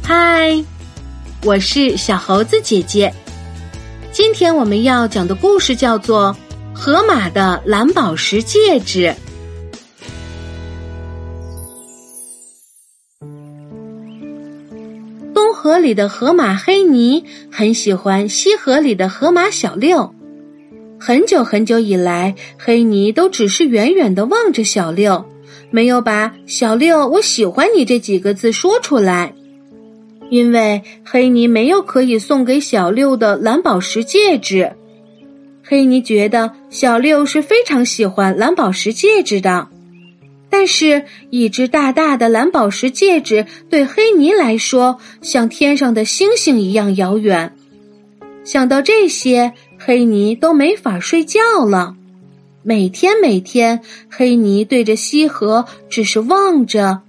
嗨，我是小猴子姐姐。今天我们要讲的故事叫做《河马的蓝宝石戒指》。东河里的河马黑尼很喜欢西河里的河马小六。很久很久以来，黑尼都只是远远地望着小六，没有把小六我喜欢你这几个字说出来。因为黑尼没有可以送给小六的蓝宝石戒指。黑尼觉得小六是非常喜欢蓝宝石戒指的，但是一只大大的蓝宝石戒指对黑尼来说像天上的星星一样遥远。想到这些，黑尼都没法睡觉了。每天，黑尼对着西河只是望着。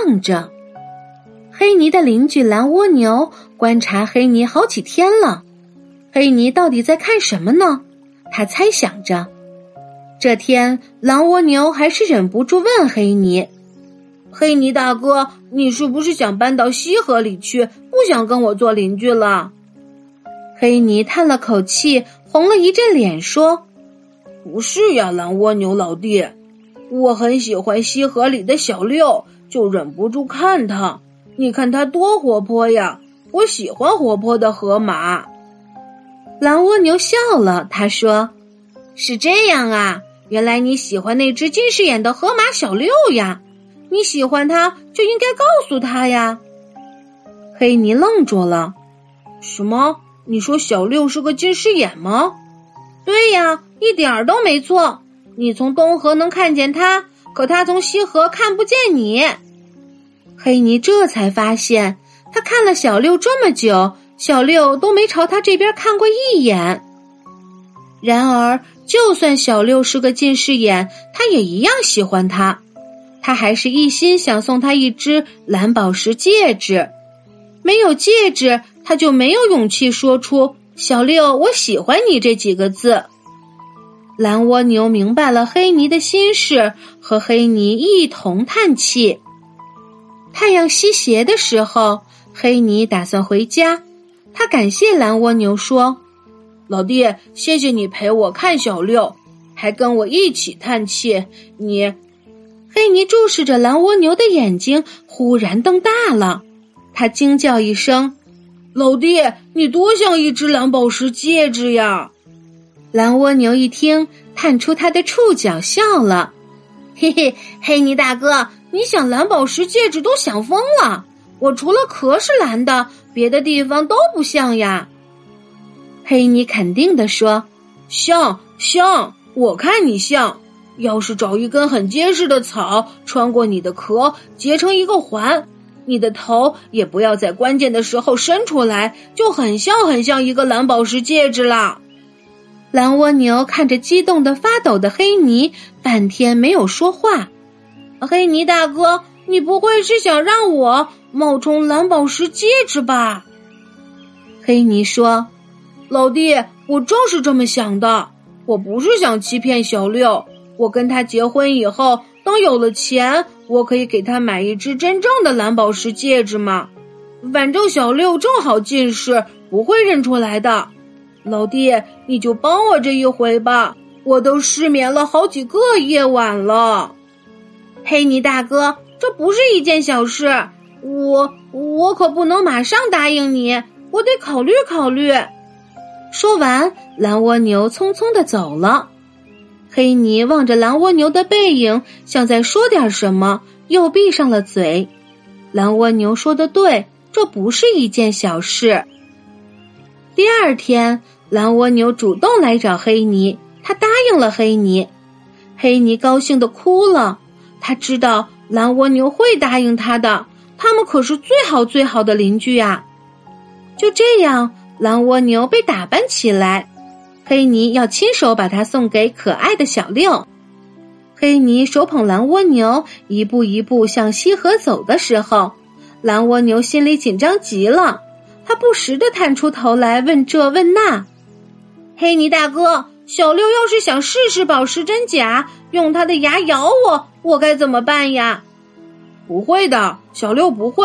黑尼的邻居蓝蜗牛观察黑尼好几天了，黑尼到底在看什么呢？他猜想着。这天，蓝蜗牛还是忍不住问黑尼：“黑尼大哥，你是不是想搬到西河里去，不想跟我做邻居了？”黑尼叹了口气，红了一阵脸说：“不是呀，蓝蜗牛老弟，我很喜欢西河里的小六，就忍不住看他。你看他多活泼呀，我喜欢活泼的河马。”蓝蜗牛笑了，他说：“是这样啊，原来你喜欢那只近视眼的河马小六呀，你喜欢他就应该告诉他呀。”黑尼愣住了。什么？你说小六是个近视眼吗？对呀，一点儿都没错。你从东河能看见他，可他从西河看不见你。黑尼这才发现，他看了小六这么久，小六都没朝他这边看过一眼。然而，就算小六是个近视眼，他也一样喜欢他。他还是一心想送他一只蓝宝石戒指。没有戒指，他就没有勇气说出“小六，我喜欢你”这几个字。蓝蜗牛明白了黑尼的心事，和黑尼一同叹气。太阳西斜的时候，黑尼打算回家。他感谢蓝蜗牛说：“老弟，谢谢你陪我看小六，还跟我一起叹气。你……”黑尼注视着蓝蜗牛的眼睛，忽然瞪大了。他惊叫一声：“老弟，你多像一只蓝宝石戒指呀！”蓝蜗牛一听，探出他的触角笑了：“嘿嘿，黑尼大哥，你想蓝宝石戒指都想疯了，我除了壳是蓝的，别的地方都不像呀。”黑尼肯定地说：“像，我看你像。要是找一根很结实的草，穿过你的壳，结成一个环，你的头也不要在关键的时候伸出来，就很像一个蓝宝石戒指啦。”蓝蜗牛看着激动得发抖的黑尼，半天没有说话。黑尼大哥，你不会是想让我冒充蓝宝石戒指吧？黑尼说：“老弟，我正是这么想的。我不是想欺骗小六，我跟他结婚以后，等有了钱，我可以给他买一只真正的蓝宝石戒指嘛。反正小六正好近视，不会认出来的。老弟，你就帮我这一回吧，我都失眠了好几个夜晚了。”黑尼大哥，这不是一件小事，我可不能马上答应你，我得考虑考虑。说完，蓝蜗牛匆匆地走了。黑尼望着蓝蜗牛的背影，想再说点什么，又闭上了嘴。蓝蜗牛说得对，这不是一件小事。第二天，蓝蜗牛主动来找黑尼，他答应了黑尼。黑尼高兴地哭了，他知道蓝蜗牛会答应他的，他们可是最好的邻居啊。就这样，蓝蜗牛被打扮起来，黑尼要亲手把它送给可爱的小六。黑尼手捧蓝蜗牛，一步一步向西河走的时候，蓝蜗牛心里紧张极了，他不时地探出头来问这问那。黑尼大哥，小六要是想试试宝石真假，用他的牙咬我该怎么办呀？不会的，小六不会，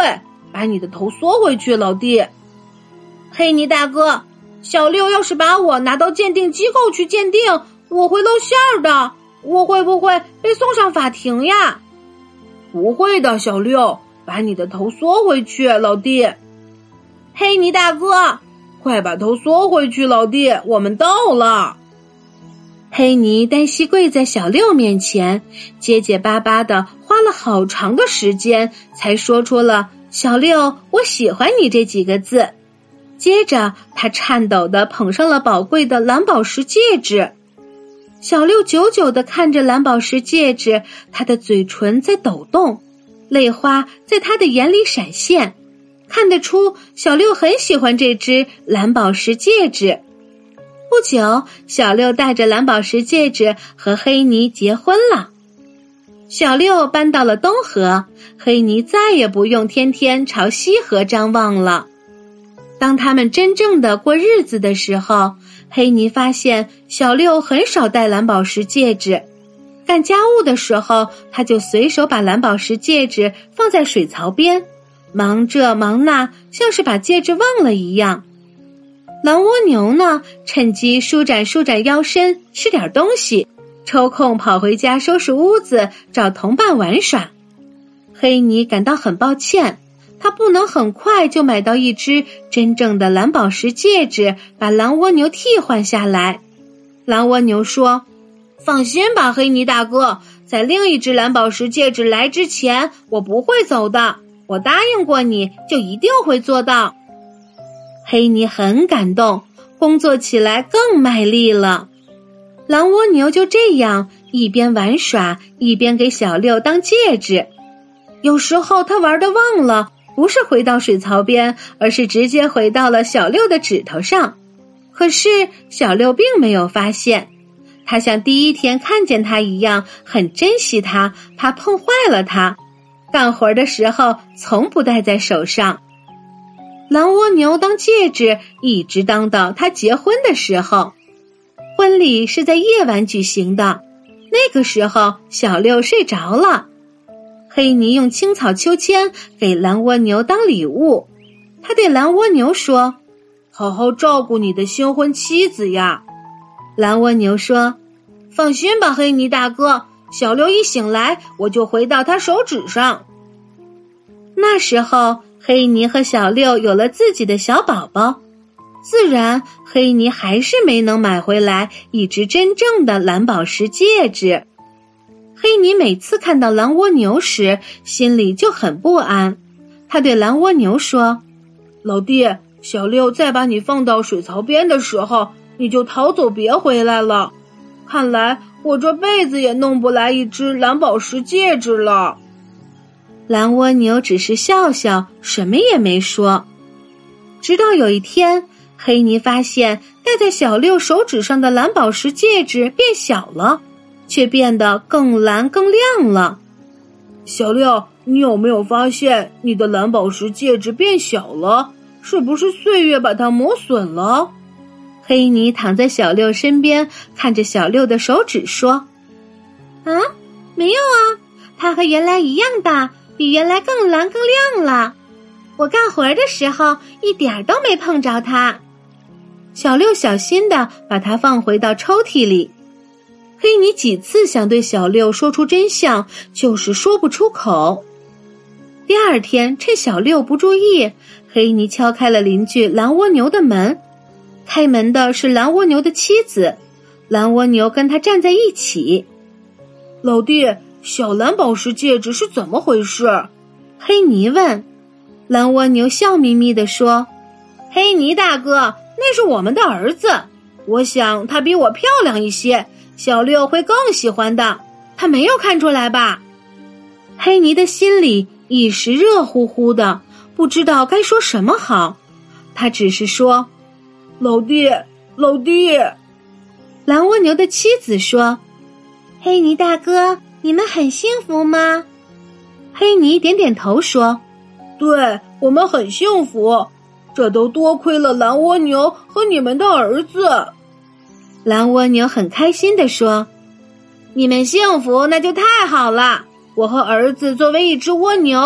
把你的头缩回去，老弟。黑泥大哥，小六要是把我拿到鉴定机构去鉴定，我会露馅儿的，我会不会被送上法庭呀？不会的，小六，把你的头缩回去，老弟。黑泥大哥，快把头缩回去，老弟，我们到了。 黑泥单膝跪在小六面前，结结巴巴的花了好长的时间才说出了小六我喜欢你这几个字。接着他颤抖地捧上了宝贵的蓝宝石戒指。小六久久地看着蓝宝石戒指，他的嘴唇在抖动，泪花在他的眼里闪现，看得出小六很喜欢这只蓝宝石戒指。不久，小六带着蓝宝石戒指和黑泥结婚了。小六搬到了东河，黑泥再也不用天天朝西河张望了。当他们真正的过日子的时候，黑泥发现小六很少戴蓝宝石戒指，干家务的时候他就随手把蓝宝石戒指放在水槽边，忙这忙那，像是把戒指忘了一样。蓝蜗牛呢，趁机舒展腰身，吃点东西，抽空跑回家收拾屋子，找同伴玩耍。黑泥感到很抱歉，他不能很快就买到一只真正的蓝宝石戒指，把蓝蜗牛替换下来。蓝蜗牛说：放心吧，黑泥大哥，在另一只蓝宝石戒指来之前，我不会走的，我答应过你，就一定会做到。黑泥很感动，工作起来更卖力了。蓝蜗牛就这样一边玩耍，一边给小六当戒指。有时候他玩得忘了，不是回到水槽边，而是直接回到了小六的指头上。可是小六并没有发现，他像第一天看见他一样，很珍惜他，怕碰坏了他。干活的时候从不戴在手上。蓝蜗牛当戒指一直当到他结婚的时候。婚礼是在夜晚举行的，那个时候小六睡着了。黑泥用青草秋千给蓝蜗牛当礼物，他对蓝蜗牛说：好好照顾你的新婚妻子呀。蓝蜗牛说：放心吧，黑泥大哥，小六一醒来，我就回到他手指上。那时候黑泥和小六有了自己的小宝宝，自然黑泥还是没能买回来一只真正的蓝宝石戒指。黑泥每次看到蓝蜗牛时，心里就很不安。他对蓝蜗牛说：老弟，小六再把你放到水槽边的时候，你就逃走别回来了。看来我这辈子也弄不来一只蓝宝石戒指了。蓝蜗牛只是笑笑，什么也没说。直到有一天，黑泥发现戴在小六手指上的蓝宝石戒指变小了，却变得更蓝更亮了。小六，你有没有发现你的蓝宝石戒指变小了？是不是岁月把它磨损了？黑泥躺在小六身边，看着小六的手指说：没有啊，它和原来一样大，比原来更蓝更亮了。我干活的时候一点都没碰着它。小六小心地把它放回到抽屉里。黑泥几次想对小六说出真相，就是说不出口。第二天，趁小六不注意，黑泥敲开了邻居蓝蜗牛的门。开门的是蓝蜗牛的妻子，蓝蜗牛跟他站在一起。老弟，小蓝宝石戒指是怎么回事？黑泥问。蓝蜗牛笑眯眯地说：黑泥大哥，那是我们的儿子，我想他比我漂亮一些，小六会更喜欢的，他没有看出来吧？黑泥的心里一时热乎乎的，不知道该说什么好。他只是说：老弟，老弟。蓝蜗牛的妻子说：黑泥大哥，你们很幸福吗？黑泥点点头说：对，我们很幸福，这都多亏了蓝蜗牛和你们的儿子。蓝蜗牛很开心地说：你们幸福那就太好了，我和儿子作为一只蜗牛，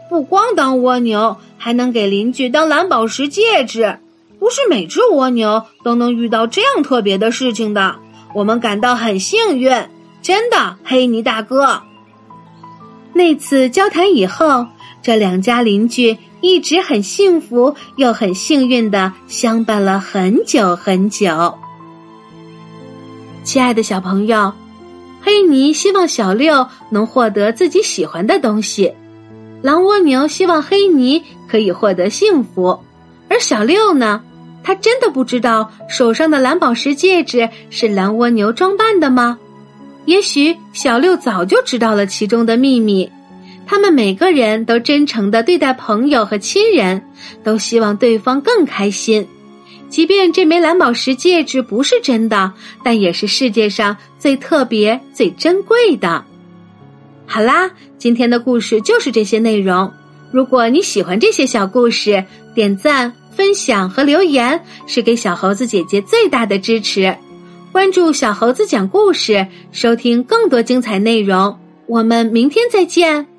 不光当蜗牛，还能给邻居当蓝宝石戒指。不是每只蜗牛都能遇到这样特别的事情的，我们感到很幸运，真的，黑尼大哥。 那次交谈以后，这两家邻居一直很幸福又很幸运地相伴了很久很久。亲爱的小朋友，黑尼希望小六能获得自己喜欢的东西，狼蜗牛希望黑尼可以获得幸福，而小六呢，他真的不知道手上的蓝宝石戒指是蓝蜗牛装扮的吗？也许小六早就知道了其中的秘密。他们每个人都真诚地对待朋友和亲人，都希望对方更开心。即便这枚蓝宝石戒指不是真的，但也是世界上最特别、最珍贵的。好啦，今天的故事就是这些内容。如果你喜欢这些小故事，点赞、分享和留言是给小猴子姐姐最大的支持。关注小猴子讲故事，收听更多精彩内容。我们明天再见。